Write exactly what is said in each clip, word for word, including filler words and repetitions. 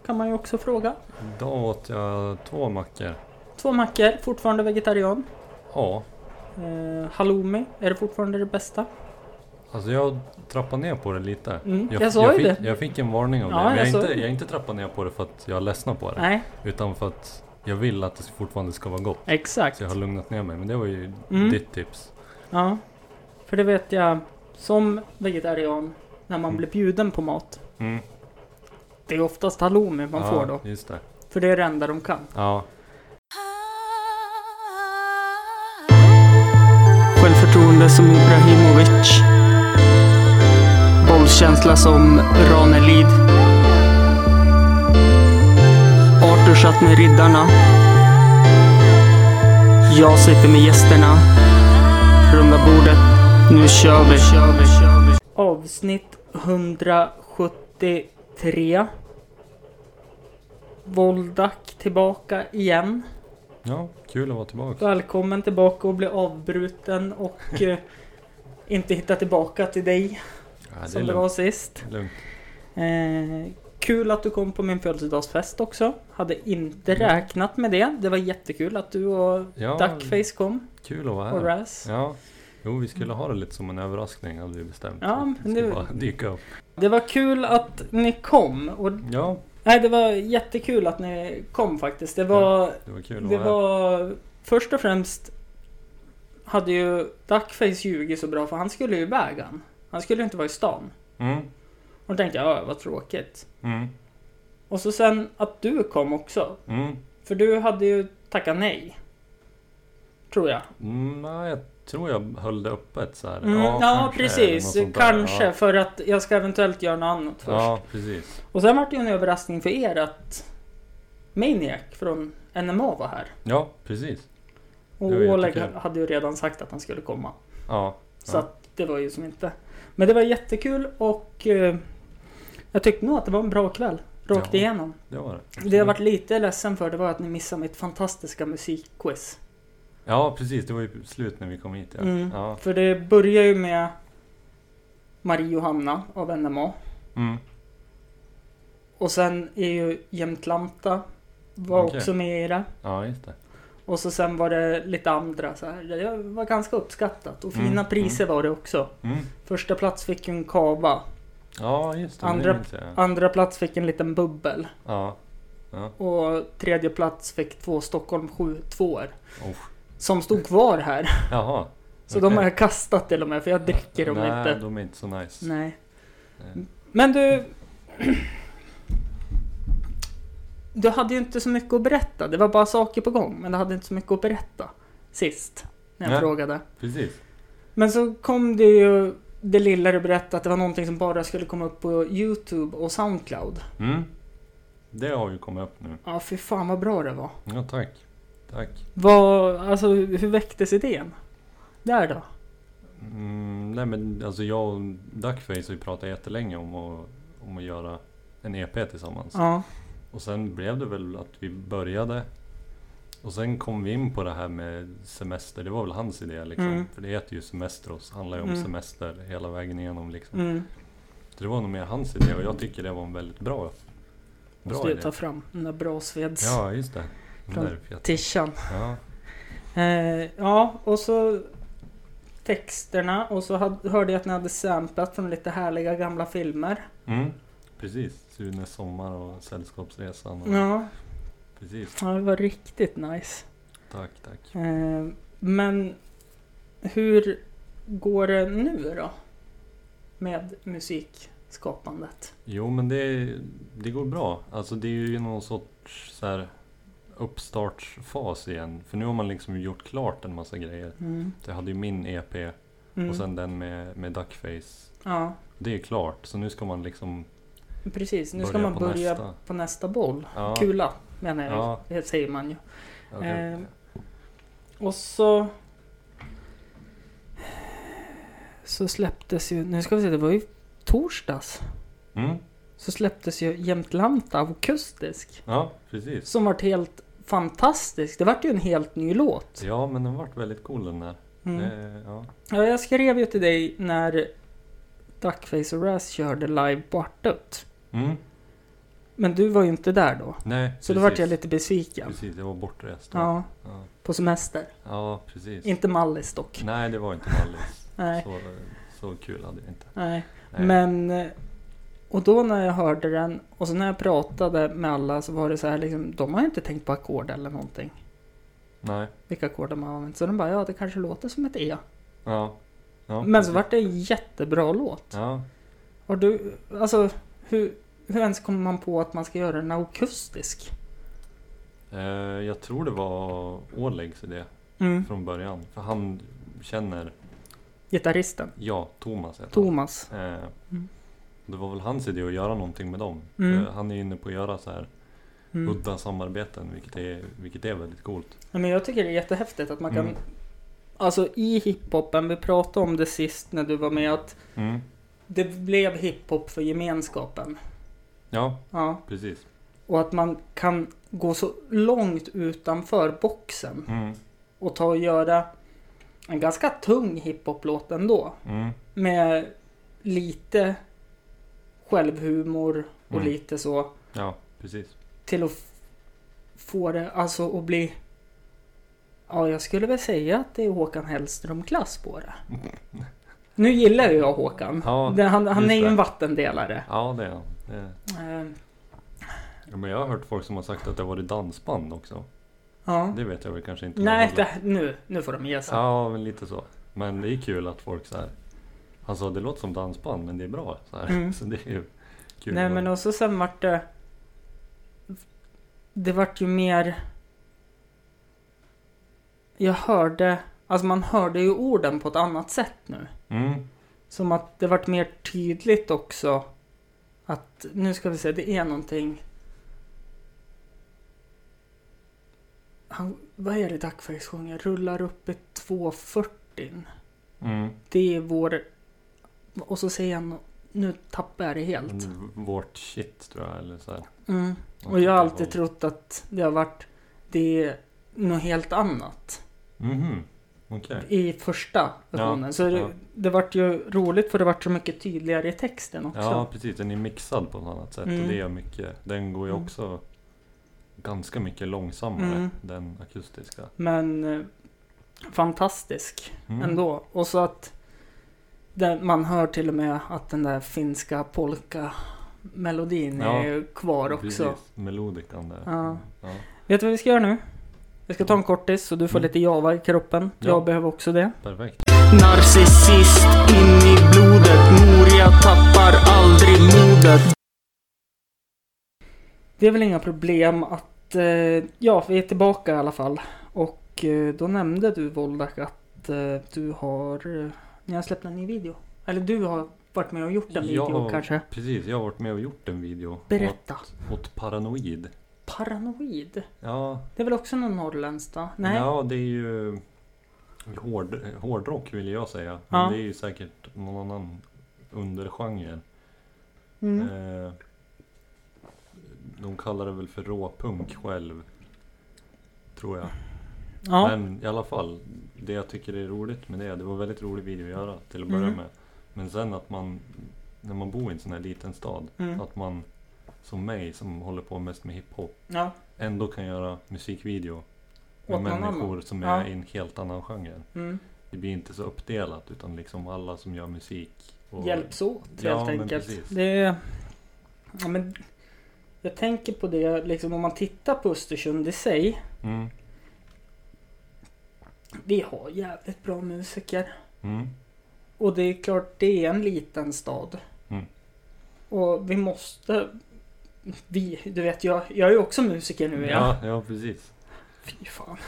kan man ju också fråga. Då åt jag två mackor. Två mackor, fortfarande vegetarian. Ja. Eh, halloumi, är det fortfarande det bästa? Alltså jag trappar ner på det lite. Mm, jag, jag sa jag, ju fick, det. jag fick en varning av Ja, det. Men jag jag är, sa inte, det. jag är inte trappat ner på det för att jag ledsnar på det. Nej, Utan för att jag vill att det fortfarande ska vara gott. exakt. Så jag har lugnat ner mig. Men det var ju Mm. ditt tips. Ja, för det vet jag som vegetarian när man Mm. blir bjuden på mat. Mm. Det är oftast halloumi man ja, får då. Just det. För det är det enda de kan. Ja. Självförtroende som Ibrahimovic. Bollkänsla som Ranelid. Arthur satt med riddarna. Jag sitter med gästerna. Runda bordet. Nu kör vi. Avsnitt etthundrasjuttiotre. Voldak tillbaka igen. Ja, kul att vara tillbaka. Välkommen tillbaka och bli avbruten och eh, inte hitta tillbaka till dig Ja, det som är det lugnt. var sist. Lugnt. Eh, kul att du kom på min födelsedagsfest också. Hade inte Mm. räknat med det. Det var jättekul att du och Ja, Duckface kom. Kul att vara Och här. Raz. Ja. Jo, vi skulle ha det lite som en överraskning, hade vi bestämt. Ja, Vi men skulle det- bara dyka upp. Det var kul att ni kom. Och, Ja, nej, det var jättekul att ni kom faktiskt. Det var... det var kul att Det vara här. var först och främst hade ju Duckface ljugit så bra för han skulle ju iväg han. Han skulle ju inte vara i stan. Mm. Och då tänkte jag, ja vad tråkigt. Mm. Och så sen att du kom också. Mm. För du hade ju tackat nej. Tror jag. Mm, nej, jag tror jag höll det öppet så här. Mm, ja, kanske, precis. eller något sånt där. Kanske Ja. för att jag ska eventuellt göra något annat först. Ja, precis. Och sen var det ju en överraskning för er att Maniac från N M A var här. Ja, precis. Och Det var Oleg jättekul. hade ju redan sagt att han skulle komma. Ja. Så Ja. att det var ju som inte. Men det var jättekul och eh, jag tyckte nog att det var en bra kväll. Rakt Ja. igenom. Det var det. Det jag varit lite ledsen för det var att ni missade mitt fantastiska musikquiz. Ja, precis. Det var ju slut när vi kom hit. Ja. Mm. Ja. För det börjar ju med Marie Johanna av N M A. Mm. Och sen är ju Jämtlanta var Okej. också med i det. Ja, just det. Och så sen var det lite andra så här. Det var ganska uppskattat. Och fina Mm, priser var det också. Mm. Första plats fick ju en kava. Ja, just det. Andra- det minns jag. Andra plats fick en liten bubbel. Ja. Ja. Och tredje plats fick två Stockholm sju tvåor. Oh. Som stod kvar här. Jaha. Så Okej. de har jag kastat till och med. För jag dricker dem Nej, inte. de är inte så nice. Nej. Nej. Men du... Du hade ju inte så mycket att berätta. Det var bara saker på gång. Men du hade inte så mycket att berätta. Sist. När jag Nej. frågade. Precis. Men så kom det ju... Det lilla du berättade att det var någonting som bara skulle komma upp på YouTube och Soundcloud. Mm. Det har ju kommit upp nu. Ja, fy fan vad bra det var. Ja, tack. Tack. Vad, alltså hur väcktes idén? Där då? Mm, nej men alltså jag och Duckface har ju pratat jättelänge om att, om att göra en E P tillsammans. Ja. Och sen blev det väl att vi började. Och sen kom vi in på det här med semester. Det var väl hans idé liksom. Mm. För det heter ju Semestros. Handlar ju om Mm. semester hela vägen igenom liksom. Mm. Så det var nog mer hans idé. Och jag tycker det var en väldigt bra, bra Måste jag idé. ta fram den där Brasveds Ja, just det. Den Från där är fet. tishan. Ja. Eh, ja, och så texterna. Och så hade, hörde jag att ni hade samplat från lite härliga gamla filmer. Mm. Precis. Sunes sommar och Sällskapsresan. Och Ja, Precis. ja, det var riktigt nice. Tack, tack. Eh, men hur går det nu då? Med musikskapandet? Jo, men det, det går bra. Alltså det är ju någon sorts så här uppstartsfas igen. För nu har man liksom gjort klart en massa grejer. Mm. Jag hade ju min E P Mm. och sen den med, med Duckface. Ja, Det är klart. Så nu ska man liksom precis. Nu ska börja man på börja nästa. på nästa boll. Ja. Kula, menar jag. Ja. Det säger man ju. Ja, det, Eh, och så så släpptes ju, nu ska vi se, det var ju torsdags. mm. Så släpptes ju Jämtlanta av Akustisk. Ja, precis. Som vart helt fantastisk. Det vart ju en helt ny låt. Ja, men den vart väldigt cool den där. Mm. Det, ja. Ja, jag skrev ju till dig när Duckface och Raz körde live på Artut. Mm. Men du var ju inte där då. Nej, Så precis. då vart jag lite besviken. Precis, jag var bortrest då. Ja, Ja. på semester. Ja, precis. Inte Mallis dock. Nej, det var inte Mallis. Nej. Så, så kul hade vi inte. Nej. Nej. Men... eh, Och då när jag hörde den och så när jag pratade med alla så var det så här liksom, de har ju inte tänkt på ackord eller någonting. Nej. Vilka ackord de har använt. Så de bara, ja det kanske låter som ett E. Ja. Ja, Men så vart det en jättebra låt. Ja. Har du, alltså hur, hur ens kommer man på att man ska göra den akustisk? Eh, jag tror det var Olegs idé Mm. från början. För han känner, Gitarristen. ja, Thomas heter Thomas. han. Eh, Mm. Det var väl hans idé att göra någonting med dem. Mm. För han är inne på att göra så här Mm. udda samarbeten, vilket är, vilket är väldigt coolt. Ja, men jag tycker det är jättehäftigt att man kan, Mm. alltså i hiphopen, vi pratade om det sist när du var med, att Mm. det blev hiphop för gemenskapen. Ja, Ja. precis. Och att man kan gå så långt utanför boxen Mm. och ta och göra en ganska tung hiphop-låt ändå. Mm. Med lite självhumor och Mm. lite så. Ja, precis. Till att f- få det alltså att bli... Ja, jag skulle väl säga att det är Håkan Hellström-klass på det. Nu gillar ju jag Håkan. Ja, det, han han just är ju det. en vattendelare. Ja, det är han. Det är... Eh, Ja, men jag har hört folk som har sagt att det var dansband också. ja. Det vet jag väl kanske inte. Nej, vad det- det, nu, nu får de ge sig. Ja, men lite så. Men det är kul att folk så här. Alltså det låter som dansband, men det är bra så här. Mm. Så det är ju kul. Nej, men också sen vart det... Det vart ju mer... Jag hörde... Alltså man hörde ju orden på ett annat sätt nu. Mm. Som att det vart mer tydligt också. Att, nu ska vi se, det är någonting... Han, vad är det Dackfärgs sjunger? Rullar upp i två fyrtio. Mm. Det är vår... Och så säger han... Nu tappar jag det helt. Mm, vårt shit tror jag, eller så här. Mm. Och jag har alltid trott att det har varit... Det är något helt annat. Mhm. Okej. I första versionen. Ja, Så det, ja. det vart ju roligt för det vart så mycket tydligare i texten också. Ja, precis. Den är mixad på ett annat sätt. Mm. Och det är mycket. Den går ju Mm. också ganska mycket långsammare. Mm. Den akustiska. Men eh, fantastisk Mm. ändå. Och så att det, man hör till och med att den där finska polka-melodin Ja, är kvar också. Precis. Melodikan där. Ja. Ja. Vet du vad vi ska göra nu? Vi ska ta en kortis så du får Mm. lite java i kroppen. Ja. Jag behöver också det. Perfekt. Narcissist in i blodet. Moria tappar aldrig modet. Det är väl inga problem att... Eh, ja, vi är tillbaka i alla fall. Och eh, då nämnde du, Voldak, att eh, du har... Eh, ni har släppt en ny video. Eller du har varit med och gjort en video Ja, kanske. Precis, jag har varit med och gjort en video. Berätta. Åt, åt Paranoid. Paranoid. Ja, Det är väl också någon norrländskt va? Nej? ja, det är ju hård, hårdrock vill jag säga. Men Ja. det är ju säkert någon annan undergenre. Mm. Eh, de kallar det väl för råpunk själv. Tror jag. Ja. Men i alla fall, det jag tycker är roligt med det, det var en väldigt rolig video att göra till att börja Mm. med. Men sen att man, när man bor i en sån här liten stad, Mm. att man som mig som håller på mest med hiphop Ja. ändå kan göra musikvideo med Åt någon människor annan. som Ja. är i en helt annan genre. Mm. Det blir inte så uppdelat utan liksom alla som gör musik. Och, Hjälps åt Ja, helt men enkelt. precis. Det är, ja, men jag tänker på det liksom om man tittar på Östersund i sig. Mm, Vi har jävligt bra musiker. mm, Och det är klart det är en liten stad. Mm. Och vi måste... Vi, du vet jag, jag är ju också musiker nu. Ja. ja, ja, precis. Fy fan.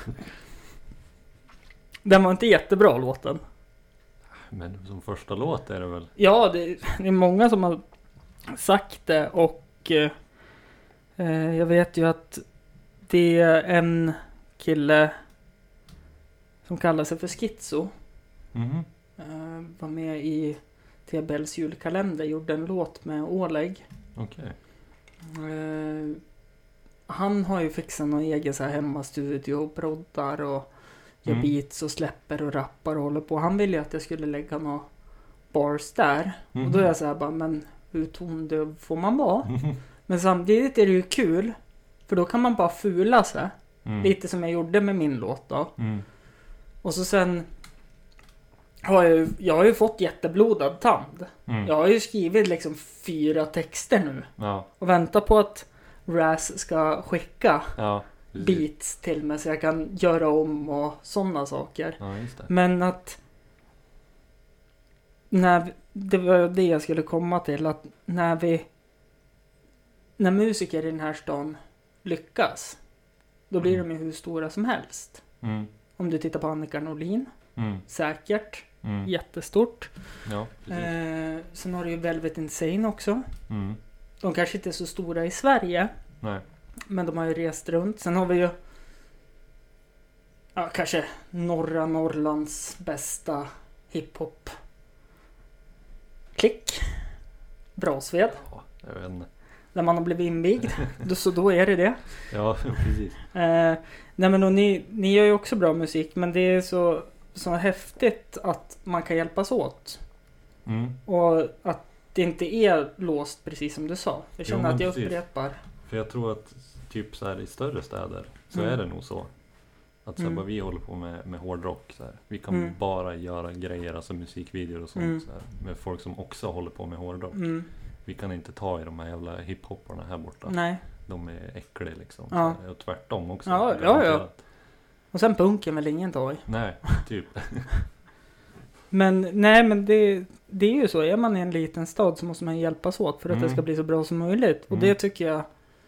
Den var inte jättebra låten. Men som första låt är det väl? Ja, det, det är många som har sagt det och eh, jag vet ju att det är en kille som kallar sig för Schizo. Mhm. Eh, var med i T B L:s julkalender, gjorde en låt med Oleg. Okej. Eh, han har ju fixat någon egen så här hemmastudio och proddar och gör Mm. beats och släpper och rappar och håller på. Han ville ju att jag skulle lägga några bars där. Mhm. Och då är jag så här bara, men hur tondöv får man vara? Mhm. Men samtidigt är det ju kul. För då kan man bara fula sig. Mm. Lite som jag gjorde med min låt då. Mm. Och så sen har jag ju, jag har ju fått jätteblodad tand. Mm. Jag har ju skrivit liksom fyra texter nu. Ja. Och väntar på att Raz ska skicka Ja. Precis. beats till mig så jag kan göra om och sådana saker. Ja, just det. Men att när det var det jag skulle komma till, att när vi när musiker i den här stan lyckas, då blir Mm. de ju hur stora som helst. Mm. Om du tittar på Annika Norlin, Mm. säkert Mm. jättestort. Ja, precis. Eh, sen har du ju Velvet Insane också. Mm. De kanske inte är så stora i Sverige, Nej. men de har ju rest runt. Sen har vi ju ja, kanske norra Norrlands bästa hiphop klick. Brasved. Ja, jag vet inte. Där man har blivit invigd. då, så då är det det. Ja, precis. Eh, nej men och ni, ni gör ju också bra musik. Men det är så, så häftigt att man kan hjälpas åt. Mm. Och att det inte är låst precis som du sa. Jag känner Jo, men att jag precis. upprepar. För jag tror att typ så här i större städer så Mm. är det nog så. Att så här, Mm. vad vi håller på med, med hårdrock så här. Vi kan Mm. bara göra grejer, alltså musikvideor och sånt Mm. så här, med folk som också håller på med hårdrock. Mm. Vi kan inte ta i de här jävla hiphopparna här borta. Nej. De är äckliga liksom. Ja. Så här, och tvärtom också. Ja, ja, ja. Garanterat. Och sen punken väl ingen tar i. Nej, typ. Men nej men det, det är ju så. Är man i en liten stad så måste man hjälpas åt för att Mm. det ska bli så bra som möjligt. Och Mm. det tycker jag.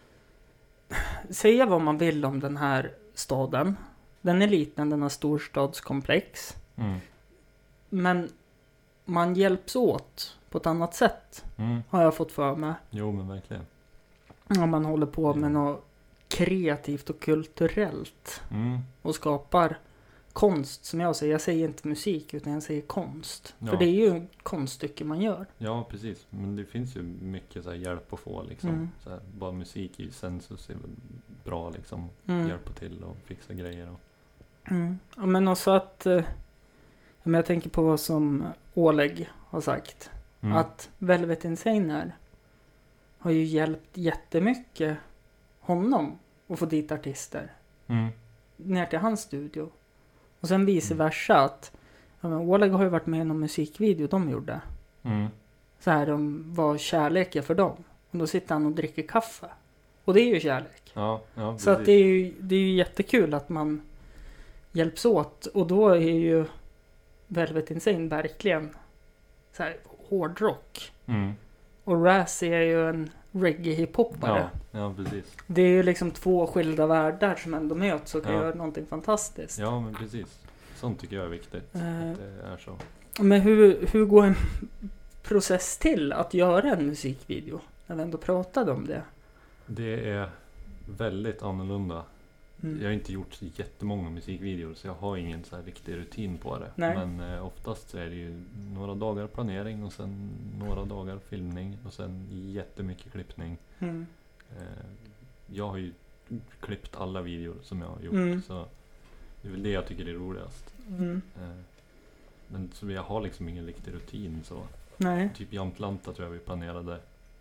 Säga vad man vill om den här staden. Den är liten, den har storstadskomplex. Mm. Men man hjälps åt på ett annat sätt. Mm. Har jag fått för mig. Jo, men verkligen. Om man håller på med något kreativt och kulturellt. Mm. Och skapar konst som jag säger. Jag säger inte musik utan jag säger konst. Ja. För det är ju en konststycke man gör. Ja, precis. Men det finns ju mycket så här hjälp att få liksom. Mm. Så här, bara musik i sensus är väl bra liksom. Mm. Hjälpa till och fixa grejer. Och... Mm. Ja, men också att eh, men jag tänker på vad som Oleg har sagt. Mm. Att Velvet Insane här har ju hjälpt jättemycket honom att få dit artister. Mm. Ner till hans studio. Och sen vice Mm. versa att ja, men Oleg har ju varit med i någon musikvideo de gjorde. Mm. Så här de var kärlek för dem. Och då sitter han och dricker kaffe. Och det är ju kärlek. Ja, ja, Så att det är ju, det är ju jättekul att man hjälps åt. Och då är ju Velvet Insane verkligen så här hårdrock. Mm. Och Raz är ju en reggae-hiphoppare. Ja, ja, precis. Det är ju liksom två skilda världar som ändå möts och kan Ja. göra någonting fantastiskt. Ja, men precis. Sånt tycker jag är viktigt. Eh. Att det är så. Men hur, hur går en process till att göra en musikvideo? När vi ändå pratade om det. Det är väldigt annorlunda. Mm. Jag har inte gjort så jättemånga musikvideor så jag har ingen så här riktig rutin på det. Nej. Men eh, oftast så är det ju några dagar planering och sen några dagar filmning och sen jättemycket klippning. Mm. Eh, jag har ju klippt alla videor som jag har gjort Mm. så det är väl det jag tycker är roligast. Mm. Eh, men så jag har liksom ingen riktig rutin så. Nej. Typ Jamplanta tror jag vi planerade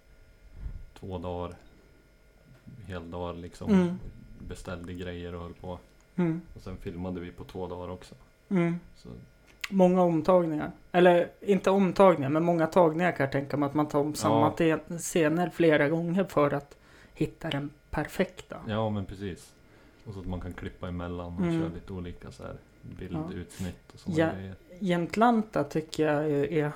två dagar, heldagar liksom. Mm. Beställde grejer och höll på. Mm. Och sen filmade vi på två dagar också. Mm. Så, Många omtagningar. Eller inte omtagningar, men många tagningar kan jag tänka mig att man tar om samma Ja. te- scener flera gånger för att hitta den perfekta. ja men precis. Och så att man kan klippa emellan och Mm. köra lite olika så här bildutsnitt och sådana Ja. grejer. Jämtlanta tycker jag är, är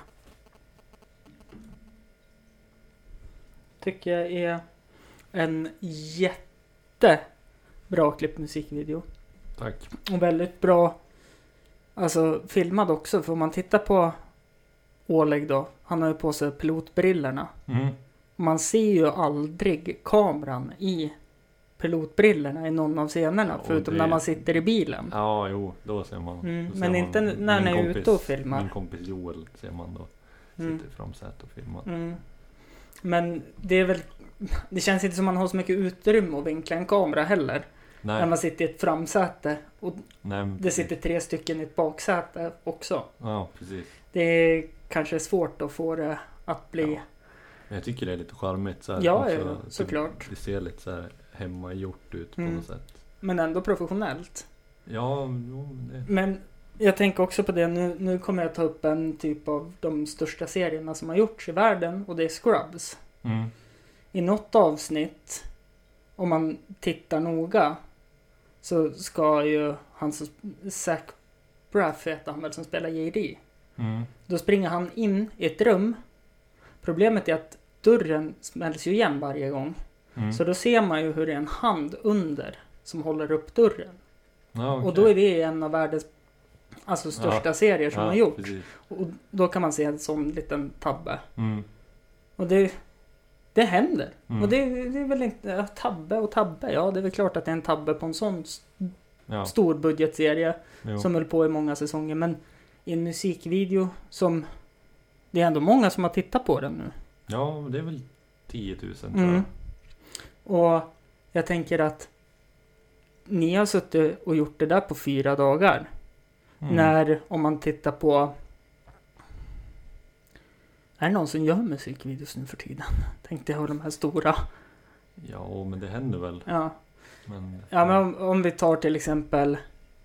tycker jag är en jättebra klippmusikvideo. Tack. Och väldigt bra alltså filmad också. För om man tittar på Oleg då. Han har ju på sig pilotbrillorna. Mm. Man ser ju aldrig kameran i pilotbrillorna i någon av scenerna. Ja, och förutom det- när man sitter i bilen. Ja, jo, då ser man. Mm, Då ser men man inte min när ni är kompis- ute och filmar. Min kompis Joel ser man då. Mm. Sitter i framsätet och filmar. Mm. Men det är väl det känns inte som man har så mycket utrymme att vinkla en kamera heller. När Nej, man sitter i ett framsäte och nej men det precis. sitter tre stycken i ett baksäte också. Ja, precis. Det är kanske svårt att få det att bli Ja. Men jag tycker det är lite charmigt så här. Ja, också, ja, såklart. Det ser lite så här hemmagjort ut på Mm. något sätt. Men ändå professionellt. Ja, jo, men det... Men jag tänker också på det, nu, nu kommer jag ta upp en typ av de största serierna som har gjorts i världen, och det är Scrubs. Mm. I något avsnitt, om man tittar noga, så ska ju han som Zach Braff heter han väl, som spelar J D. Mm. Då springer han in i ett rum. Problemet är att dörren smälls ju igen varje gång. Mm. Så då ser man ju hur det är en hand under som håller upp dörren. Ja, okej. Och då är det en av världens alltså största Ja. serier som Ja, har gjorts. precis. Och då kan man se en sån liten tabbe. Mm. Och det, det händer. Mm. Och det, det är väl inte ja, tabbe och tabbe. Ja, det är väl klart att det är en tabbe på en sån st- Ja. stor budgetserie Jo. som höll på i många säsonger. Men i en musikvideo som det är ändå många som har tittat på den nu. Ja, det är väl tio tusen tror Mm. jag. Och jag tänker att ni har suttit och gjort det där på fyra dagar. Mm. När, om man tittar på... Är det någon som gör musikvideos nu för tiden? Tänkte jag ha de här stora. Ja, men det händer väl. Ja, Men, ja men om, om vi tar till exempel...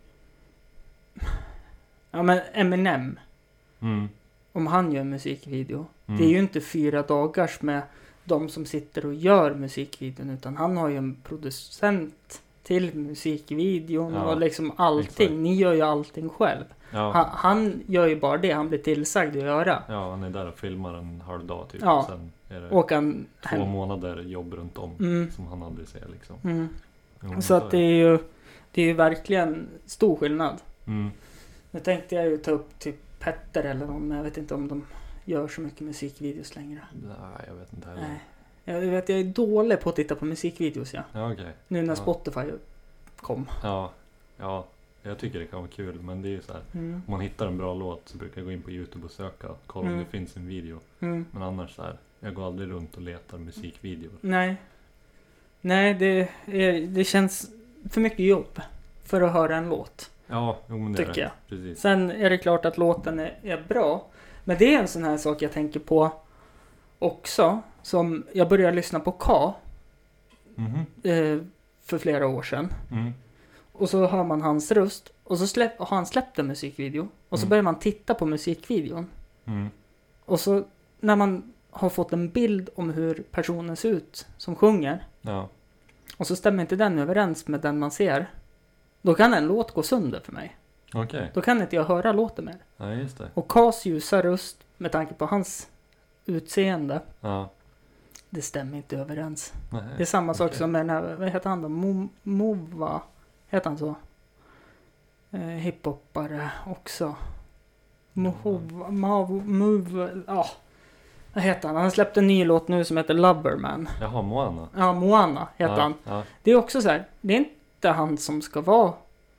Ja men Eminem. Mm. Om han gör en musikvideo. Mm. Det är ju inte fyra dagars med de som sitter och gör musikvideon. Utan han har ju en producent till musikvideon Ja, och liksom allting. exakt. Ni gör ju allting själv. Ja. Han, han gör ju bara det han blir tillsagd att göra. ja, han är där och filmar en halv dag typ. Ja. Och sen är det Och han två hem. månader jobb runt om. Mm. Som han aldrig ser liksom. Mm. Jo, Så att det är ju det är ju verkligen stor skillnad. Mm. Nu tänkte jag ju ta upp typ Petter eller någon, men jag vet inte om de gör så mycket musikvideos längre. Nej, jag vet inte heller. Nej. Jag vet, jag är dålig på att titta på musikvideos, ja. Ja, okej. Nu när Ja. Spotify kom. Ja, ja, jag tycker det kan vara kul. Men det är ju så här. Mm. Om man hittar en bra låt så brukar jag gå in på YouTube och söka. Kolla om Mm. det finns en video. Mm. Men annars så här. Jag går aldrig runt och letar musikvideor. Nej. Nej, det, är, det känns för mycket jobb för att höra en låt, Ja, jo, men det är tycker det. jag. Precis. Sen är det klart att låten är, är bra. Men det är en sån här sak jag tänker på också. Som jag började lyssna på K Mhm. eh, för flera år sedan. Mm. Och så hör man hans röst. Och så släpp, har han släppt en musikvideo. Och så Mm. börjar man titta på musikvideon. Mm. Och så när man har fått en bild om hur personen ser ut som sjunger. Ja. Och så stämmer inte den överens med den man ser. Då kan en låt gå sönder för mig. Okej. Då kan inte jag höra låten mer. Ja, just det. Och Kas ljusa röst med tanke på hans utseende. Ja. Det stämmer inte överens. Nej. Det är samma sak okej. som med den här, vad heter han då? Mo- Mova, heter han så? Eh, hiphoppare också. Mohova, Mav, Move, ja. Vad heter han? Han släppte en ny låt nu som heter Loverman. Jaha, Moana. Ja, Moana heter ja, han. Ja. Det är också så här, det är inte han som ska vara.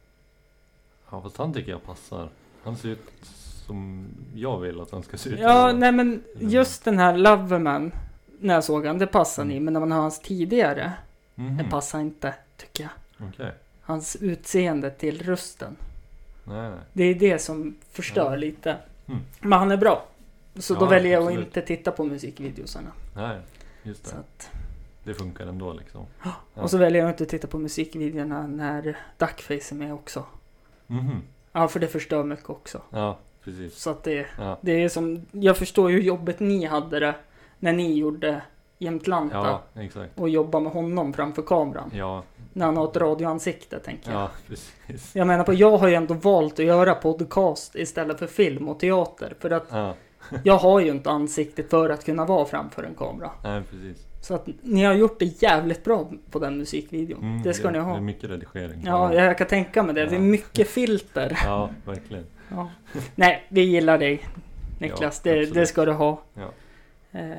ja, fast han tycker jag passar. Han ser ut som jag vill att han ska se ut. Ja, Och- nej men just den här Loverman, när jag såg han, det passar ni. Men när man hör hans tidigare, Mhm. det passar inte, tycker jag. Okej. Hans utseende till rösten. Nej, nej. Det är det som förstör Ja. lite. Mm. Men han är bra. Så då Ja, väljer jag absolut. att inte titta på musikvideosarna. Nej, just det. Så att, Det funkar ändå liksom. Ja. och så väljer jag inte att titta på musikvideorna när Duckface är med också. Mhm. Ja, för det förstör mycket också. Ja, precis. Så att det, Ja. det är som, jag förstår ju hur jobbet ni hade det när ni gjorde Jämtlanta. Ja, exakt. Och jobba med honom framför kameran. Ja, När han har ett radioansikte, tänker jag. ja, precis. Jag menar på, jag har ju ändå valt att göra podcast istället för film och teater. För att Ja, jag har ju inte ansiktet för att kunna vara framför en kamera. nej, precis. Så att ni har gjort det jävligt bra på den musikvideon. Mm, det ska det, ni Det är ha. mycket redigering. Ja, jag kan tänka mig det. Det är Ja. mycket filter. Ja, verkligen. Ja. Nej, vi gillar dig, Niklas. Ja, det, absolut. det ska du ha. Ja. Eh,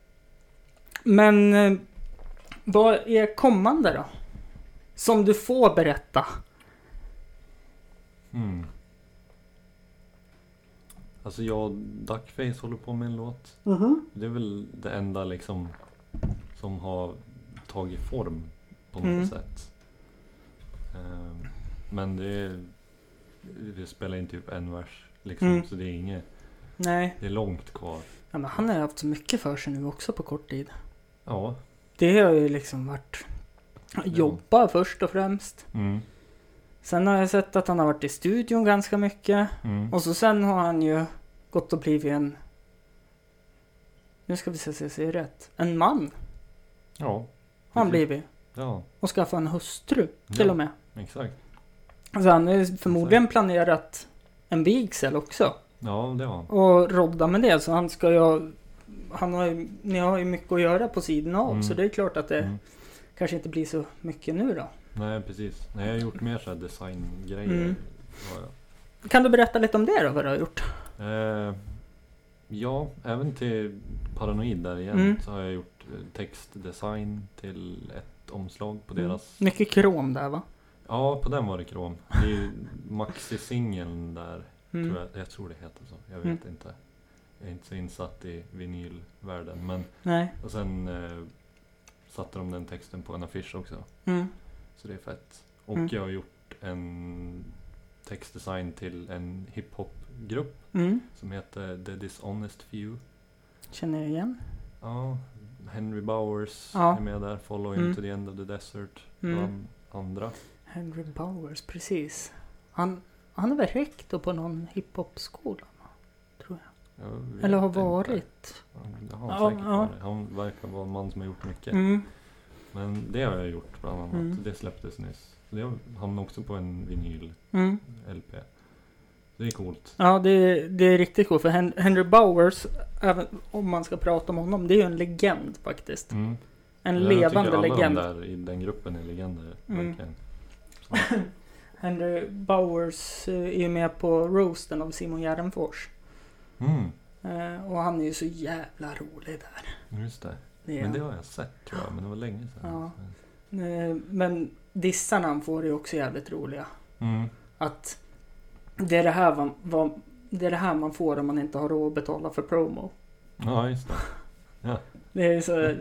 Men eh, vad är kommande då? Som du får berätta. Mm. Alltså jag och Duckface håller på med en låt. Mhm. Det är väl det enda liksom som har tagit form på något Mm. sätt. Ehm, men det är, vi spelar in typ en vers liksom, Mm. så det är inget Nej. Det är långt kvar. Ja, men han har ju haft så mycket för sig nu också på kort tid. Ja. Det har ju liksom varit jobba först och främst. Mm. Sen har jag sett att han har varit i studion ganska mycket. Mm. Och så sen har han ju gått och blivit en... Nu ska vi se så jag säger rätt. En man Ja. har han precis. blivit. Ja, Och skaffa en hustru till Ja. och med. exakt. Så han har ju förmodligen planerat en vigsel också. Ja, det var han. Och rodda med det. Så han ska ju... Han har ju, ni har ju mycket att göra på sidan av. Mm. Så det är klart att det Mm. kanske inte blir så mycket nu då. Nej, precis. Nej, jag har gjort mer så här designgrejer. Mm. Ja, Kan du berätta lite om det då, vad du har gjort? ja. Eh, ja, även till Paranoid där igen Mm. så har jag gjort eh, textdesign till ett omslag på Mm. deras... Mycket krom där va? Ja, på den var det krom. Det är ju maxi-singeln där. Mm. Tror jag, jag tror det heter så. Jag vet Mm. inte. Jag är inte så insatt i vinylvärlden. Men, Nej. och sen eh, satte de den texten på en affisch också. Mm. Så det är fett. Och Mm. jag har gjort en textdesign till en hiphopgrupp Mm. som heter The Dishonest Few. Känner jag igen? Ja, Henry Bowers Ja. är med där. Follow him Mm. to the end of the desert. Mm. Bland andra. Henry Bowers, precis. Han, han är väl rektor på någon hiphop-skola? Tror jag. Jag vet Eller har inte. varit. Ja, det har han Ja, säkert ja. varit. Han verkar vara en man som har gjort mycket. Mm. Men det har jag gjort bland annat. Mm. Det släpptes nyss. Det hamnade också på en vinyl Mm. L P. Det är coolt. Ja, det, det är riktigt coolt. För Hen- Henry Bowers, även om man ska prata om honom, det är ju en legend faktiskt. Mm. En Jag levande tycker alla legend. de där i den gruppen är legender. Mm. Verkligen. Så. Henry Bowers eh, är ju med på roasten av Simon Gärdenfors. Mm. Eh, och han är ju så jävla rolig där. Just det. Det är Men det han. har jag sett tror jag. Men det var länge sedan. Ja. Eh, men dissarna han får är ju också jävligt roliga. Mm. Att det är det här man, vad, det är det här man får om man inte har råd att betala för promo. Ja, just det. Det är så...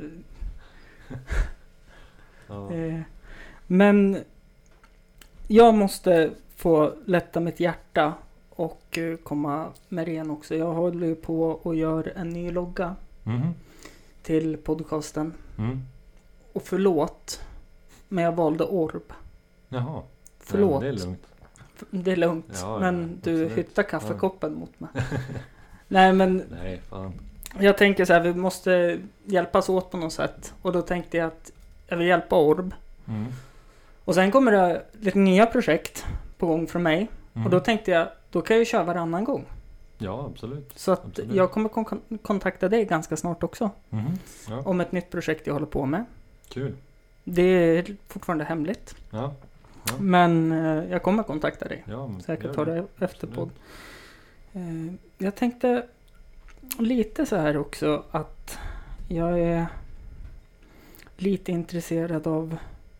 Ja. eh, men jag måste få lätta mitt hjärta och eh, komma med ren också. Jag håller ju på och gör en ny logga Mhm. till podcasten. Mm. Och förlåt, men jag valde Orb. Jaha. Förlåt. Det är lugnt. Det är lugnt, Ja, men du absolut. hyttar kaffekoppen mot mig. Nej, men Nej, fan. jag tänker så här, vi måste hjälpas åt på något sätt. Och då tänkte jag att jag vill hjälpa Orb. Mm. Och sen kommer det lite nya projekt på gång från mig. Mm. Och då tänkte jag, då kan jag ju köra varannan gång. Ja, absolut. Så att Absolut. jag kommer kon- kontakta dig ganska snart också. Mhm. Ja, Om ett nytt projekt jag håller på med. kul. Det är fortfarande hemligt. Ja, Men eh, jag kommer kontakta dig. ja men Säkert gör ta det efter podd. Eh, jag tänkte lite så här också att jag är lite intresserad av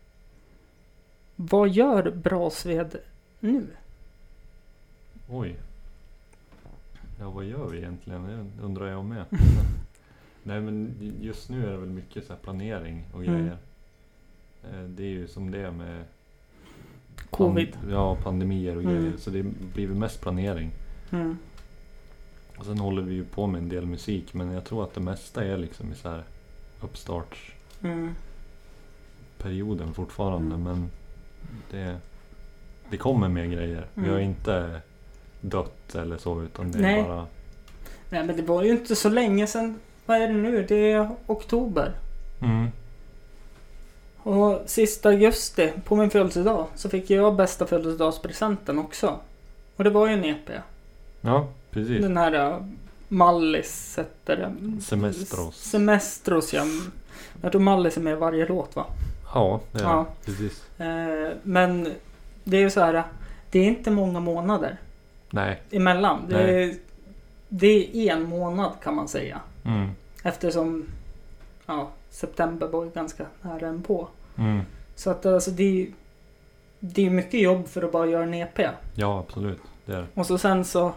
vad gör Brasved nu? Oj. Ja, vad gör vi egentligen? Det undrar jag med. Nej, men just nu är det väl mycket så här planering och Mm. grejer. Eh, Det är ju som det är med Covid. pan- ja, pandemier och Mm. grejer. Så det blir väl mest planering. Mm. Och sen håller vi ju på med en del musik. Men jag tror att det mesta är liksom i så här uppstartsperioden Mm. fortfarande. Mm. Men det, det kommer mer grejer. Vi har Mm. inte dött eller så, utan det är Nej. bara... Nej, men det var ju inte så länge sedan. Vad är det nu? Det är oktober. Mm. Och sista augusti på min födelsedag så fick jag bästa födelsedagspresenten också. Och det var ju en E P. Ja, precis. Den här uh, Mallis heter det. Semestros. Semestros, ja. Jag tror Mallis är med i varje låt, va? Ja, det är Ja. det. Precis. Eh, men det är ju så här. Det är inte många månader Nej. emellan. Det Nej. är, det är en månad kan man säga. Mm. Eftersom ja, september var ju ganska nära en på. Mm. Så att alltså det är, det är mycket jobb för att bara göra en E P. Ja, absolut. Det är det. Och så sen så...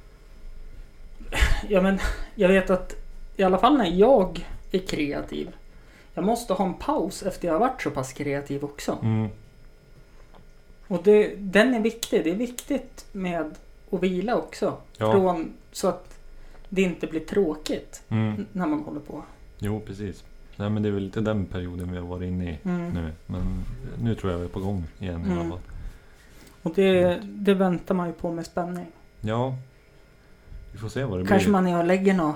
Ja, men jag vet att i alla fall när jag är kreativ. Jag måste ha en paus efter jag har varit så pass kreativ också. Mm. Och det, den är viktig. Det är viktigt med att vila också. Ja. Från, så att det inte blir tråkigt Mm. när man håller på. Jo, precis. Nej, men det är väl lite den perioden vi har varit inne i Mm. nu. Men nu tror jag vi är på gång igen i Mm. alla fall. Och det, det väntar man ju på med spänning. Ja, vi får se vad det Kanske blir. man är och lägger några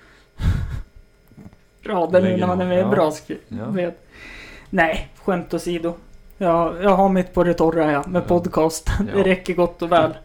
rader nu Lägger när man är med några, i ja. bra skri- Ja. vet. Nej, skämt åsido. Jag, jag har mitt på det torra ja, med Ja. podcast. Ja. Det räcker gott och väl.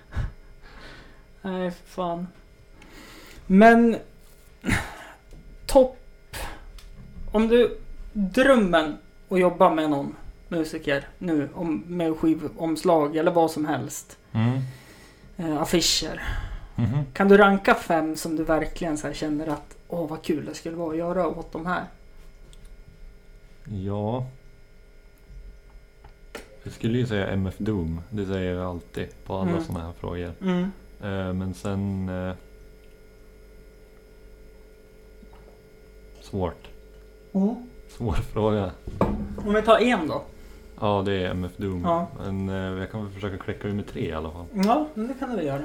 Nej, fan. Men topp. Om du drömmen att jobba med någon musiker nu om, med skivomslag eller vad som helst. Mm. Eh, affischer. Mhm. Kan du ranka fem som du verkligen så här känner att åh vad kul det skulle vara att göra åt de här? Ja. Jag skulle ju säga M F Doom. Det säger jag alltid på alla Mm. såna här frågor. Mm. Eh, men sen... Eh, svårt. Mm. Svår fråga. Om vi tar en då. Ja, det är M F Doom. Ja. Men eh, jag kan väl försöka kläcka ur med tre i alla fall. Ja, men det kan du göra.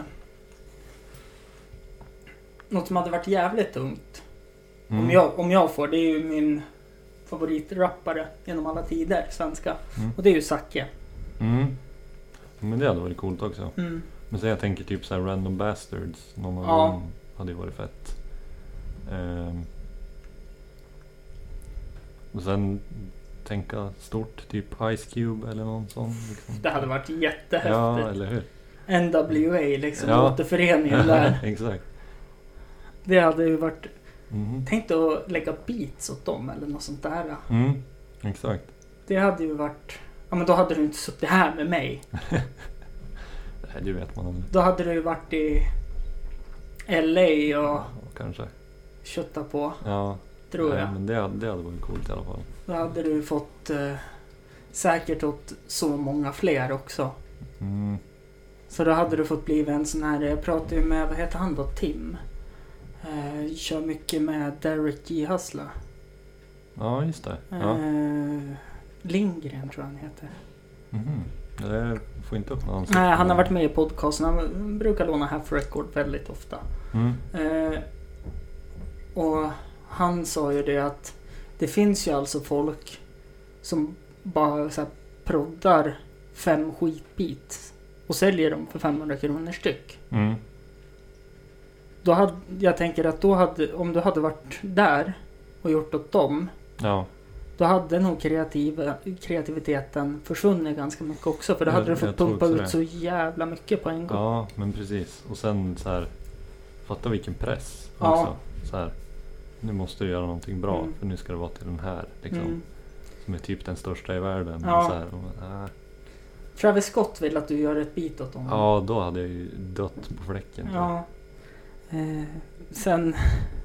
Något som hade varit jävligt tungt. Mm. Om, jag, om jag får, det är ju min favoritrappare genom alla tider, svenska. Mm. Och det är ju Zacke. Mm. Men det hade varit coolt också. Mm. Men sen jag tänker typ så här Random Bastards. Någon av Ja. dem hade ju varit fett. Ehm. Och sen tänka stort, typ Ice Cube eller någon sån. Liksom. Det hade varit jättehäftigt. Ja, eller hur? N W A liksom, Ja. återföreningen där. Exakt. Det hade ju varit... Mhm. Tänk att lägga beats åt dem eller något sånt där. Mm, exakt. Det hade ju varit... Ja men då hade du inte suttit här med mig. Nej, det vet man aldrig. Då hade du ju varit i L A och Ja, kanske. köttat på, Ja, tror nej, jag. men det, hade- det hade varit coolt i alla fall. Då hade du fått eh, säkert åt så många fler också. Mm. Så då hade du fått bli en sån här, jag pratade ju med, vad heter han då, Tim. Eh, kör mycket med Derek J. Hustler. Ja, just det. Ja. Eh, Lindgren tror jag han heter. Mhm. Jag får inte upp någon. Nej, han har varit med i podcasten. Han brukar låna Half Record väldigt ofta. Mm. Eh, och han sa ju det att det finns ju alltså folk som bara så här proddar fem skitbit och säljer dem för femhundra kronor styck. Mm. Då hade, jag tänker att då hade, om du hade varit där och gjort åt dem, Ja, då hade nog kreativa, kreativiteten försvunnit ganska mycket också. För då Jag- hade du jag fått tror pumpa också ut det. så jävla mycket på en gång. ja, men precis. Och sen så här, fatta vilken press Ja. också. Så här, nu måste du göra någonting bra Mm. för nu ska det vara till den här liksom. Mm. Som är typ den största i världen. Ja. Så här, och, äh, Travis Scott vill att du gör ett beat åt honom. ja, då hade jag ju dött på fläcken. tror jag. Ja. Eh, sen...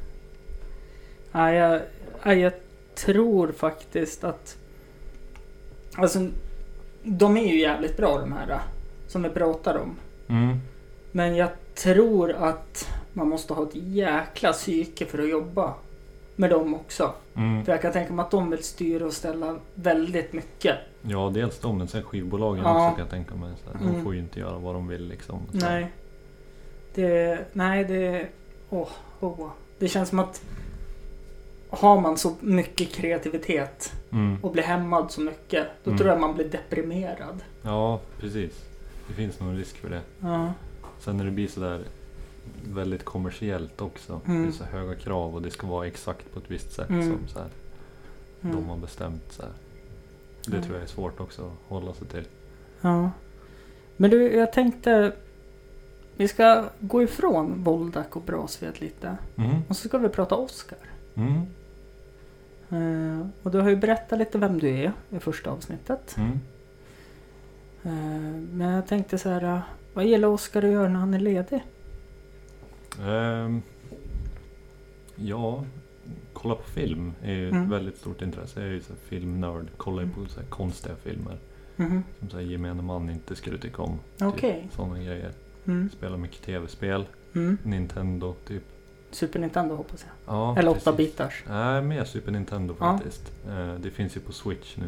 Ja, jag, ja, jag tror faktiskt att... Alltså, de är ju jävligt bra de här som vi pratar om. Mm. Men jag tror att man måste ha ett jäkla psyke för att jobba med dem också. Mm. För jag kan tänka mig att de vill styra och ställa väldigt mycket. Ja, dels de, men sen skivbolagen Ja. också kan jag tänka mig. Så här, Mm. De får ju inte göra vad de vill liksom. Så. Nej. Det... Nej, det... Åh, åh. Det känns som att har man så mycket kreativitet Mm. och blir hämmad så mycket, då Mm. tror jag man blir deprimerad. Ja, precis. Det finns nog en risk för det. Ja. Sen när det blir sådär väldigt kommersiellt också. Mm. Det är så höga krav och det ska vara exakt på ett visst sätt Mm. som så här, Mm. de har bestämt. Så här. Det Mm. tror jag är svårt också att hålla sig till. Ja. Men du, jag tänkte vi ska gå ifrån Voldak och Brasved lite. Mm. Och så ska vi prata Oscar. Mm. Eh, och du har ju berättat lite vem du är i första avsnittet. Mm. Eh, men jag tänkte så här, eh, vad gillar Oscar att göra när han är ledig? Ehm, ja, kolla på film är ju Mm. ett väldigt stort intresse. Jag är ju så här filmnörd. Kollar ju på så här konstiga filmer Mhm. som så här gemene man inte skulle tycka om. Okej. Typ, sådana grejer. Mm. Spelar mycket tv-spel. Mm. Nintendo typ. Super Nintendo hoppas jag. Ja, Eller precis. åtta bitars. Nej, mer Super Nintendo Ja. faktiskt. Eh, det finns ju på Switch nu.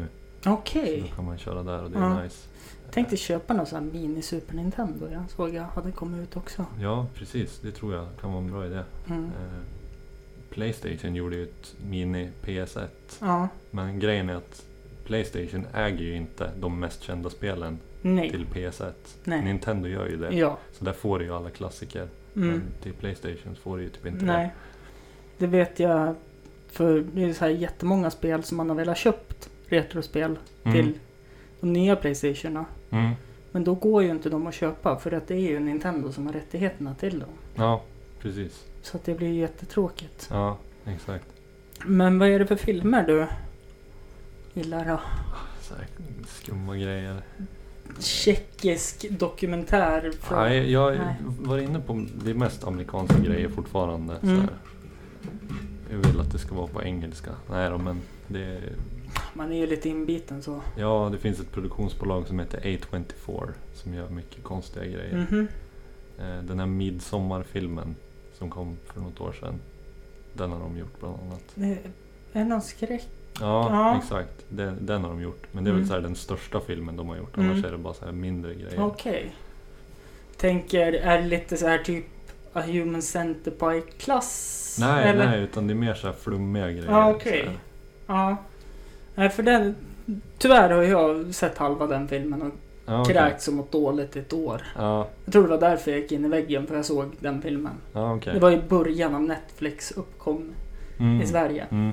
Okej. Så då kan man köra där och det är Ja. nice. Tänkte köpa någon sån här mini Super Nintendo. Jag såg jag hade kommit ut också. Ja, precis. Det tror jag kan vara en bra idé. Mm. Eh, PlayStation gjorde ju ett mini P S ett. Ja, Men grejen är att PlayStation äger ju inte de mest kända spelen nej. till P S ett. Nej. Nintendo gör ju det. Ja. Så där får du ju alla klassiker. Mm. Men till PlayStation får du ju typ inte Nej. Det vet jag. För det är så här jättemånga spel som man har velat köpt. Retrospel det. Mm. till de nya PlayStationerna. Mm. Men då går ju inte de att köpa. För att det är ju Nintendo som har rättigheterna till dem. Ja, precis. Så att det blir ju jättetråkigt. Ja, exakt. Men vad är det för filmer du gillar då? Så här skumma grejer. Tjeckisk dokumentär från... Nej, jag Nej. var inne på det är mest amerikanska grejer fortfarande. Så Mm. här. Jag vill att det ska vara på engelska. Nej då, men det Man är ju lite inbiten så. ja, det finns ett produktionsbolag som heter A tjugofyra som gör mycket konstiga grejer. Mhm. Eh, Den här Midsommar-filmen som kom för något år sedan. Den har de gjort bland annat. Det är det någon skräck? Ja, Ja. exakt. Den, den har de gjort. Men det är Mm. väl så här den största filmen de har gjort. Mm. Annars är det bara så här mindre grejer. Okej. Tänker, är det lite så här typ A Human Centipede-klass? Nej, Eller? nej, utan det är mer så här flummiga grejer. Ja, okej. så här. Ja. Nej, för den... Tyvärr har jag sett halva den filmen och Ja, okej. kräkts och mått dåligt ett år. Ja, Jag tror det var därför jag gick in i väggen, för jag såg den filmen. ja okej. Det var i början av Netflix uppkom Mm. i Sverige. Mm.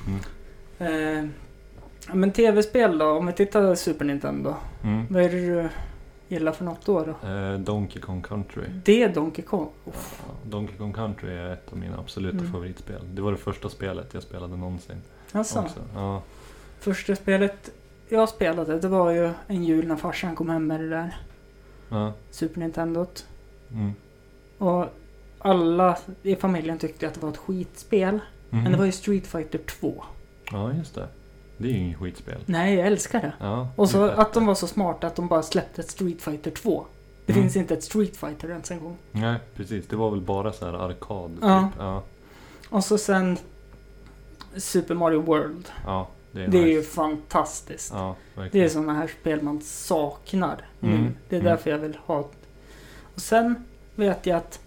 Mm. Eh, men tv-spel då? Om vi tittar Super Nintendo. Mm. Vad är det du gillar för något då? då? Eh, Donkey Kong Country. Det är Donkey Kong. Ja, Donkey Kong Country är ett av mina absoluta Mm. favoritspel. Det var det första spelet jag spelade någonsin. Alltså, Också. Ja. första spelet jag spelade, det var ju en jul när farsan kom hem med det där Ja. Super Nintendot. Mm. Och alla i familjen tyckte att det var ett skitspel. Mhm. Men det var ju Street Fighter två. Ja, just det. Det är ju inget skitspel. Nej, jag älskar det. Ja, Och det så är fett. att de var så smarta att de bara släppte ett Street Fighter två. Det Mm. finns inte ett Street Fighter ens en gång. Nej, precis. Det var väl bara så här arkad. Ja. Typ. Ja. Och så sen Super Mario World. Ja, det är Det är nice. ju fantastiskt. Ja, Det verkligen. är sådana här spel man saknar nu. Mm, Det är mm. därför jag vill ha. Och sen vet jag att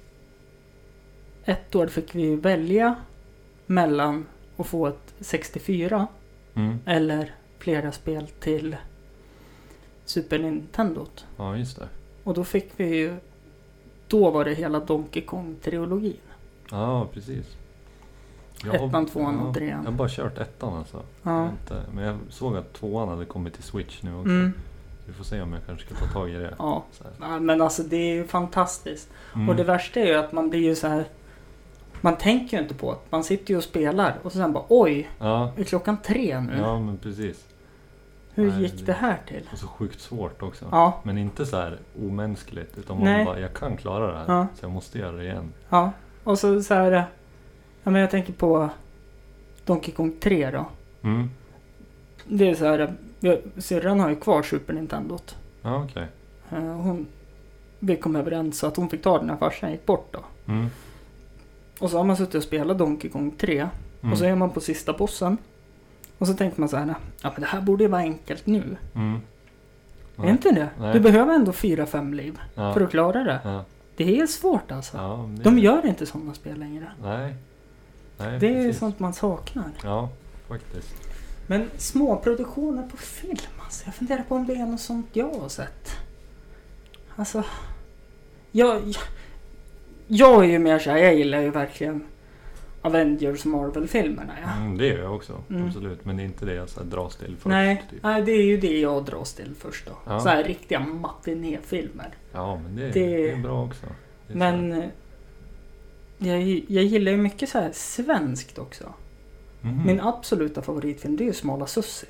ett år fick vi välja mellan att få ett sextiofyra Mm. eller flera spel till Super Nintendo. Ja, just det. Och då fick vi ju, då var det hela Donkey Kong-trilogin. Ja, precis. Jag har- Ettan, tvåan och ja, trean. Jag har bara kört ettan alltså. Jag Ja. vet inte, men jag såg att tvåan hade kommit till Switch nu också. Mm. Vi får se om jag kanske ska ta tag i det. Ja. Så här. Ja, men alltså det är ju fantastiskt. Mm. Och det värsta är ju att man blir ju så här. Man tänker ju inte på att man sitter ju och spelar och så sen bara oj, Ja, är klockan tre nu? ja, men precis. Hur Nej, gick det- det här till? Och så sjukt svårt också. Ja, Men inte så här omänskligt. Utan Nej. man bara, jag kan klara det här. Ja. Så jag måste göra det igen. ja. Och så så här. Ja, men jag tänker på Donkey Kong tre då. Mm. Det är så här. jag- Syrran har ju kvar Super Nintendot. Ja, okej. Eh, Hon, vi kom överens så att hon fick ta den när farsan gick bort då. Mm. Och så har man suttit och spelat Donkey Kong tre. Mm. Och så är man på sista bossen. Och så tänker man så här, ja men det här borde ju vara enkelt nu. Mm. Är inte det? Nej. Du behöver ändå fyra fem liv Ja. för att klara det. Ja. Det är svårt alltså. Ja, men det... De gör inte sådana spel längre. Nej. Nej, Det är precis. sånt man saknar. Ja, faktiskt. Men små produktioner på film alltså. Jag funderar på om det är något sånt jag har sett. Alltså. Jag, jag, jag är ju mer så här, jag gillar ju verkligen Avengers Marvel-filmerna. Ja. Mm, det gör jag också. Mm. Absolut. Men det är inte det jag så här dras till först. Nej, Typ. nej, det är ju det jag dras till först då. Ja. Så här riktiga matinéfilmer. Ja, men det, Det- det är bra också. Det är Men så här- eh, jag, jag gillar ju mycket så här svenskt också. Mhm. Min absoluta favoritfilm det är ju Smala Sussi.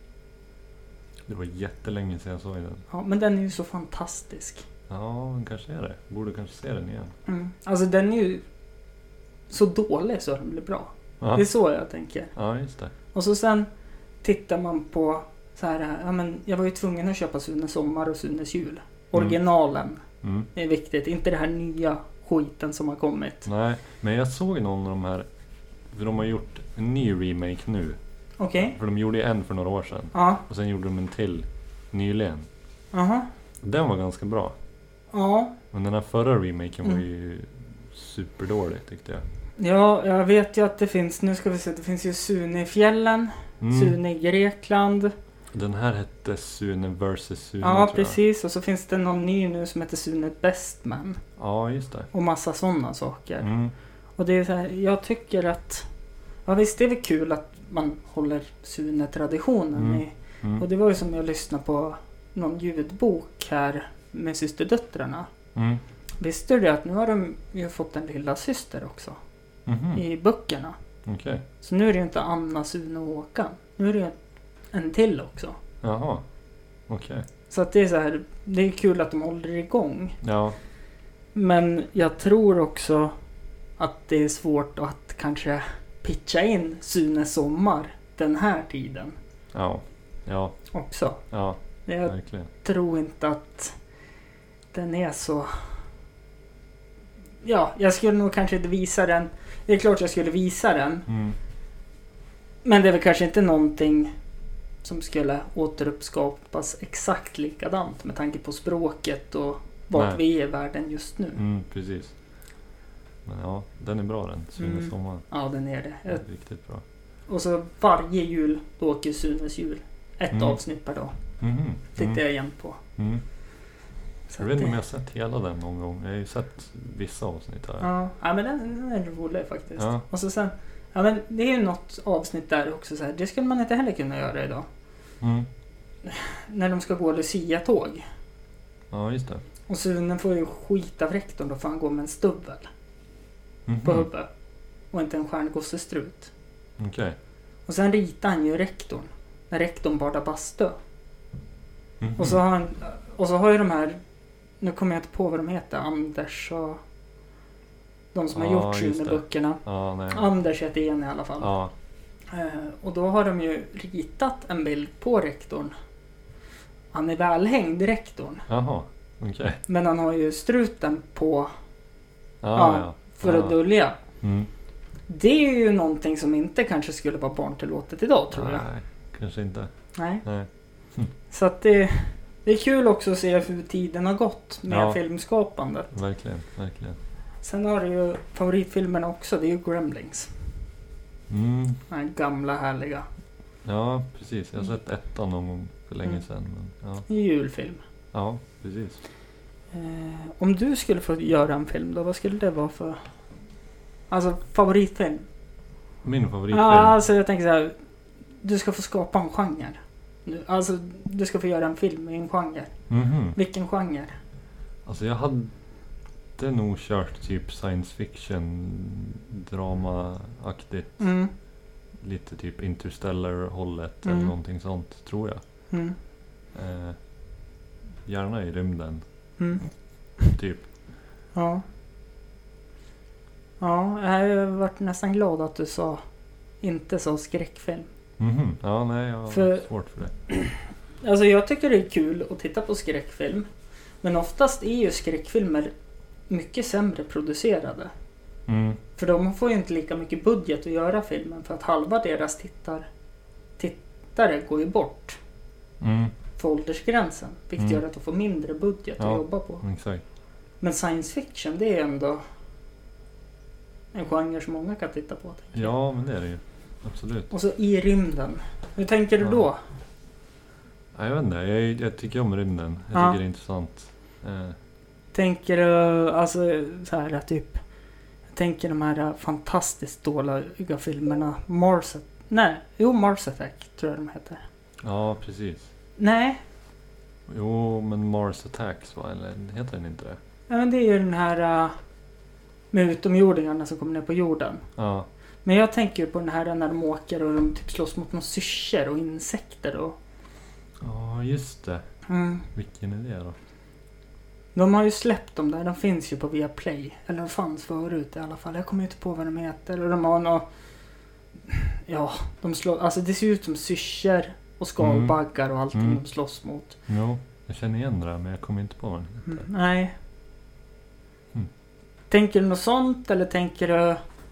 Det var jättelänge sedan jag såg den. Ja, men den är ju så fantastisk. Ja, den kanske är det. Borde kanske se den igen. Mm. Alltså den är ju så dålig så den blir bra. Ja, Det är så jag tänker. ja just det. Och så sen tittar man på så här, ja men jag var ju tvungen att köpa Sunes sommar och Sunes jul. Originalen Mm. är viktigt, inte det här nya skiten som har kommit. Nej, men jag såg någon av de här. För de har gjort en ny remake nu. Okej. Okay. För de gjorde ju en för några år sedan. Ja. Och sen gjorde de en till nyligen. Aha. Den var ganska bra. Ja. Men den här förra remaken Mm. var ju superdålig tyckte jag. Ja, jag vet ju att det finns, nu ska vi se, det finns ju Sune i fjällen, Mm. Sune i Grekland. Den här hette Sune versus Sune. Ja, tror jag. precis. Och så finns det någon ny nu som heter Sune Bestman. Ja, just det. Och massa sådana saker. Mm. Och det är så här, jag tycker att, ja visst det är väl kul att man håller Sune-traditionen Mm. i. Mm. Och det var ju som jag lyssnade på någon ljudbok här med systerdöttrarna. Mm. Visste du att nu har de ju fått en lilla syster också Mhm. i böckerna. Okej. Så nu är det ju inte Anna, Sune och Håkan. Nu är det ju en till också. Jaha. Okej. Så att det är så här, det är kul att de håller igång. Ja. Men jag tror också att det är svårt att kanske pitcha in Sune sommar den här tiden Ja. Ja. också. Ja. Jag Verkligen. tror inte att den är så... Ja, jag skulle nog kanske inte visa den. Det är klart jag skulle visa den. Mm. Men det är väl kanske inte någonting som skulle återuppskapas exakt likadant med tanke på språket och vart Nej. vi är i världen just nu. Mm, precis. Men ja, den är bra den. Sune Mm. sommar. Ja, den är det. Den är riktigt bra. Och så varje jul då åker Sunes jul. Ett Mm. avsnitt per dag. Mhm. Tittar Mm. jag igen på. Mm. Så Jag vet att inte om det- jag har sett hela den någon gång. Jag har ju sett vissa avsnitt här. Ja, ja men den, den är rolig faktiskt. Ja. Och så sen, ja men det är ju något avsnitt där också så här. Det skulle man inte heller kunna göra idag. Mm. När de ska gå Lucia-tåg. Ja, just det. Och Sune får ju skit av rektorn då för han går med en stubbel Mhm. på huvudet. Och inte en stjärngossestrut. Okej. Och sen ritar han ju rektorn. När rektorn badar bastu. Mhm. Och så har han, och så har ju de här, nu kommer jag inte på vad de heter, Anders och de som har Ja, gjort just det. Sune-böckerna. Ja, nej. Anders heter en i alla fall. Ja. Eh, och då har de ju ritat en bild på rektorn. Han är välhängd, rektorn. Jaha. Okej. Men han har ju struten på Ja, Ja, ja. för ja. att dölja. Mm. Det är ju någonting som inte kanske skulle vara barntillåtet idag tror jag. Nej, kanske inte. Nej. Nej. Så att det, det är kul också att se hur tiden har gått med Ja. filmskapandet. Verkligen, verkligen. Sen har du ju favoritfilmerna också, det är ju Gremlings. Mm. Den här gamla härliga. Ja, precis. Jag har sett ettan någon gång för länge Mm. sedan. Men, ja. Julfilm. ja, precis. Eh, om du skulle få göra en film då, vad skulle det vara för... Alltså favoritfilm? Min favoritfilm. Ja, alltså jag tänker så här. Du ska få skapa en genre. Nu, alltså du ska få göra en film i en genre. Mhm. Vilken genre? Alltså jag hade nog kört typ science fiction drama-aktigt. Mm. Lite typ Interstellar-hållet Mm. eller någonting sånt, tror jag. Mm. Eh, gärna i rymden, Mm. typ. Ja. Ja, jag har varit nästan glad att du sa inte sa skräckfilm. Mhm. Ja, nej, jag har För- svårt för det. Alltså jag tycker det är kul att titta på skräckfilm. Men oftast är ju skräckfilmer mycket sämre producerade. Mm. För de får ju inte lika mycket budget att göra filmen. För att halva deras tittar, tittare går ju bort Mm. för åldersgränsen. Vilket Mm. gör att de får mindre budget Ja. att jobba på. Exakt. Men science fiction det är ändå en genre som många kan titta på. tänker jag. Ja, men det är det ju. Absolut. Och så i rymden. Hur tänker du Ja. då? Ja, jag vet inte, jag, jag tycker om rymden. Jag Ja. tycker det är intressant. Eh, Tänker du alltså så här typ. Jag tänker de här fantastiskt dåliga filmerna. Mars. Nej, jo Mars Attack tror jag de heter. ja, precis. Nej, Jo, men Mars Attacks, va? Eller heter den inte det? ja, men det är ju den här uh, med utomjordingarna som kommer ner på jorden. Ja. Men jag tänker ju på den här när de åker och de typ slåss mot några syrsor och insekter och... Ja, just det. Mm. Vilken är det då? De har ju släppt dem där, de finns ju på Viaplay. Eller de fanns förut i alla fall. Jag kommer inte på vad de heter. Och de har nå... Ja, de slår... Alltså det ser ut som syrsor och skalbaggar och allting Mm. de slåss mot. Jo, jag känner igen det där, men jag kommer inte på vad den heter. Mm. Nej. Mm. Tänker du något sånt eller tänker du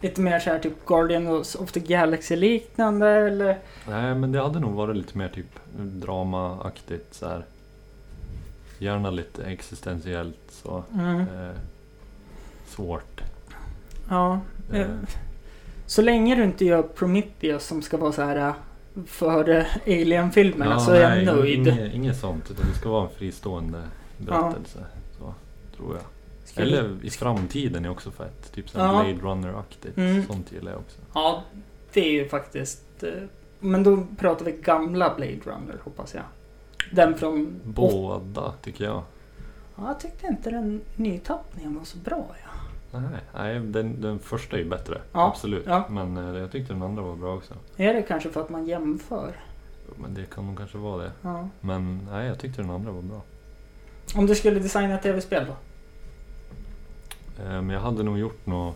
lite mer så här typ Guardians of the Galaxy liknande eller? Nej, men det hade nog varit lite mer typ dramaaktigt så här. Gärna lite existentiellt så. Mm. Eh, svårt. Ja. Eh. Så länge du inte gör Prometheus som ska vara så här för Alien-filmerna Ja, så är nej, jag nöjd. Inget, inget sånt, utan det ska vara en fristående berättelse. Ja. Så, tror jag. Ska Eller vi... i framtiden är också fett. Typ som ja. Blade Runner-aktigt. Mm. Sånt gillar jag också. Ja, det är ju faktiskt... Men då pratar vi gamla Blade Runner, hoppas jag. Den från... Båda, tycker jag. Ja, jag tyckte inte den nytappningen var så bra, ja. Nej, nej den, den första är ju bättre. Ja, absolut. Ja. Men eh, jag tyckte den andra var bra också. Är det kanske för att man jämför? Men det kan nog kanske vara det. Ja. Men nej, jag tyckte den andra var bra. Om du skulle designa ett tv-spel då? Men jag hade nog gjort något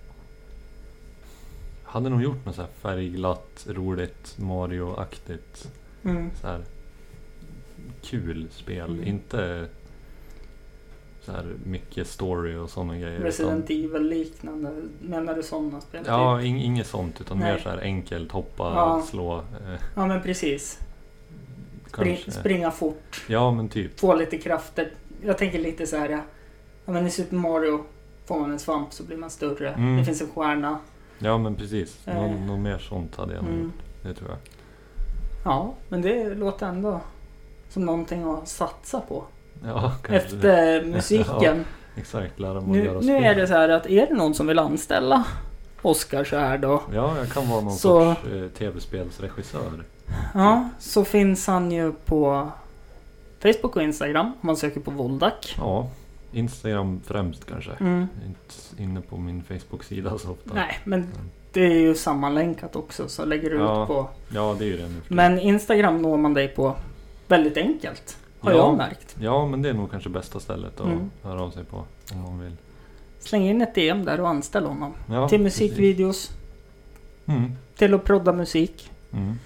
hade nog gjort något så här färgglatt, roligt, Mario-aktigt mm. så här kul spel, mm. inte så här mycket story och sådana grejer. Resident Evil liknande, menar du sådana spel? Ja, in, inget sånt utan Nej. mer så här enkelt, hoppa, ja. slå. Eh. Ja, men precis. Spring, springa fort. Ja, men typ. Få lite krafter. Jag tänker lite så här, ja men i Super Mario får man en svamp så blir man större. Mm. Det finns en stjärna. Ja, men precis. Nå, eh. Något mer sånt hade jag nog mm. gjort. Det tror jag. Ja, men det låter ändå som någonting att satsa på. Ja, efter det. musiken. Ja, exakt, lära mig nu, att göra nu spel. är det så här att är det någon som vill anställa Oskar så här då? Ja, jag kan vara någon så, sorts eh, tv-spelsregissör. Ja, så finns han ju på Facebook och Instagram om man söker på Voldak. Ja, Instagram främst kanske. Mm. Inte inne på min Facebook-sida så ofta. Nej, men det är ju sammanlänkat också så lägger du ja, ut på. Ja, det är ju det. Men Instagram når man dig på väldigt enkelt. Har ja, jag märkt. Ja, men det är nog kanske bästa stället att mm. höra av sig på om man vill. Släng in ett D M där och anställ honom. Ja, till musikvideos. Mm. Till att prodda musik. Mm.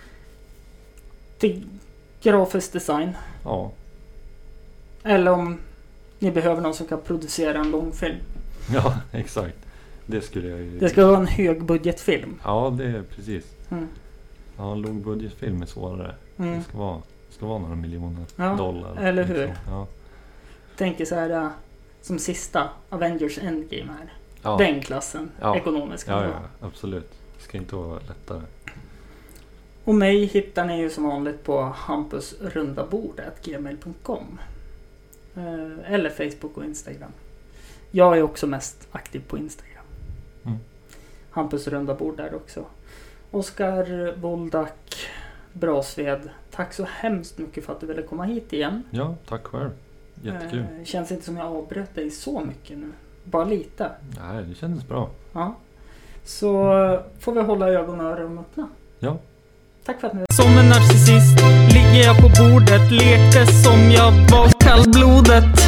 Till grafisk design. Ja. Eller om ni behöver någon som kan producera en långfilm. Ja, exakt. Det skulle jag ju... Det ska vara en högbudgetfilm. Ja, det är precis. Mm. Ja, en lågbudgetfilm är svårare. Mm. Det ska vara, det ska vara några miljoner ja, dollar. Eller hur? Liksom. Ja. Tänker så här som sista Avengers Endgame här. Ja. Den klassen ja. ekonomiska. Ja, ja, absolut. Det ska inte vara lättare. Och mig hittar ni ju som vanligt på hampusrundabord at gmail punkt com eller Facebook och Instagram. Jag är också mest aktiv på Instagram. Mm. Hampus rundabord där också. Oskar Voldak Brasved, tack så hemskt mycket för att du ville komma hit igen. Ja, tack själv. Jättekul. Eh, känns inte som jag avbröt dig så mycket nu. Bara lite. Nej, det kändes bra. Ja. Så får vi hålla ögon och öron öppna. Ja. Tack för att ni... Som en narcissist ligger jag på bordet, leker som jag var kallblodet.